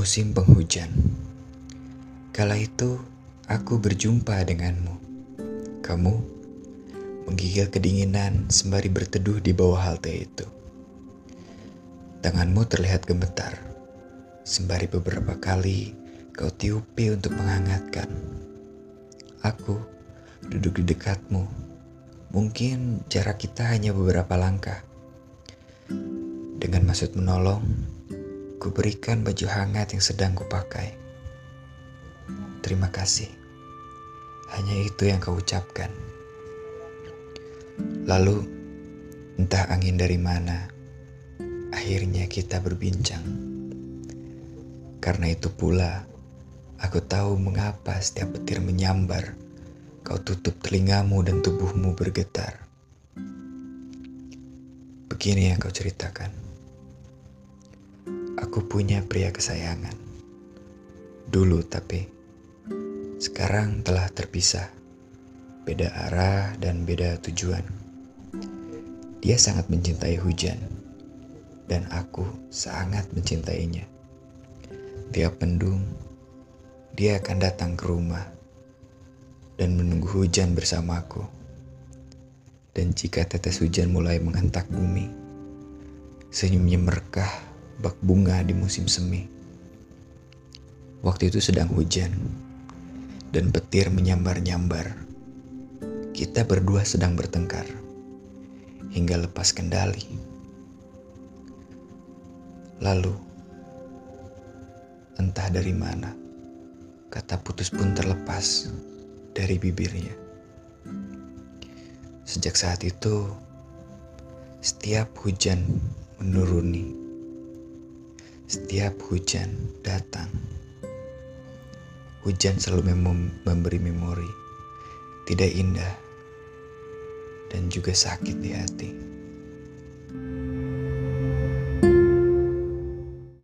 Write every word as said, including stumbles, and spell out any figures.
Musim penghujan. Kala itu aku berjumpa denganmu. Kamu menggigil kedinginan sembari berteduh di bawah halte itu. Tanganmu terlihat gemetar, sembari beberapa kali kau tiupi untuk menghangatkan. Aku duduk di dekatmu. Mungkin jarak kita hanya beberapa langkah. Dengan maksud menolong, ku berikan baju hangat yang sedang kupakai. Terima kasih. Hanya itu yang kau ucapkan. Lalu, entah angin dari mana, akhirnya kita berbincang. Karena itu pula, aku tahu mengapa setiap petir menyambar, kau tutup telingamu dan tubuhmu bergetar. Begini yang kau ceritakan. Aku punya pria kesayangan. Dulu tapi, sekarang telah terpisah. Beda arah dan beda tujuan. Dia sangat mencintai hujan. Dan aku sangat mencintainya. Tiap mendung, dia akan datang ke rumah. Dan menunggu hujan bersamaku. Dan jika tetes hujan mulai menghentak bumi, senyumnya merekah bak bunga di musim semi. Waktu itu sedang hujan, dan petir menyambar-nyambar. Kita berdua sedang bertengkar, hingga lepas kendali. Lalu, entah dari mana, kata putus pun terlepas dari bibirnya. Sejak saat itu, setiap hujan menuruni. Setiap hujan datang. Hujan selalu mem- memberi memori tidak indah dan juga sakit di hati.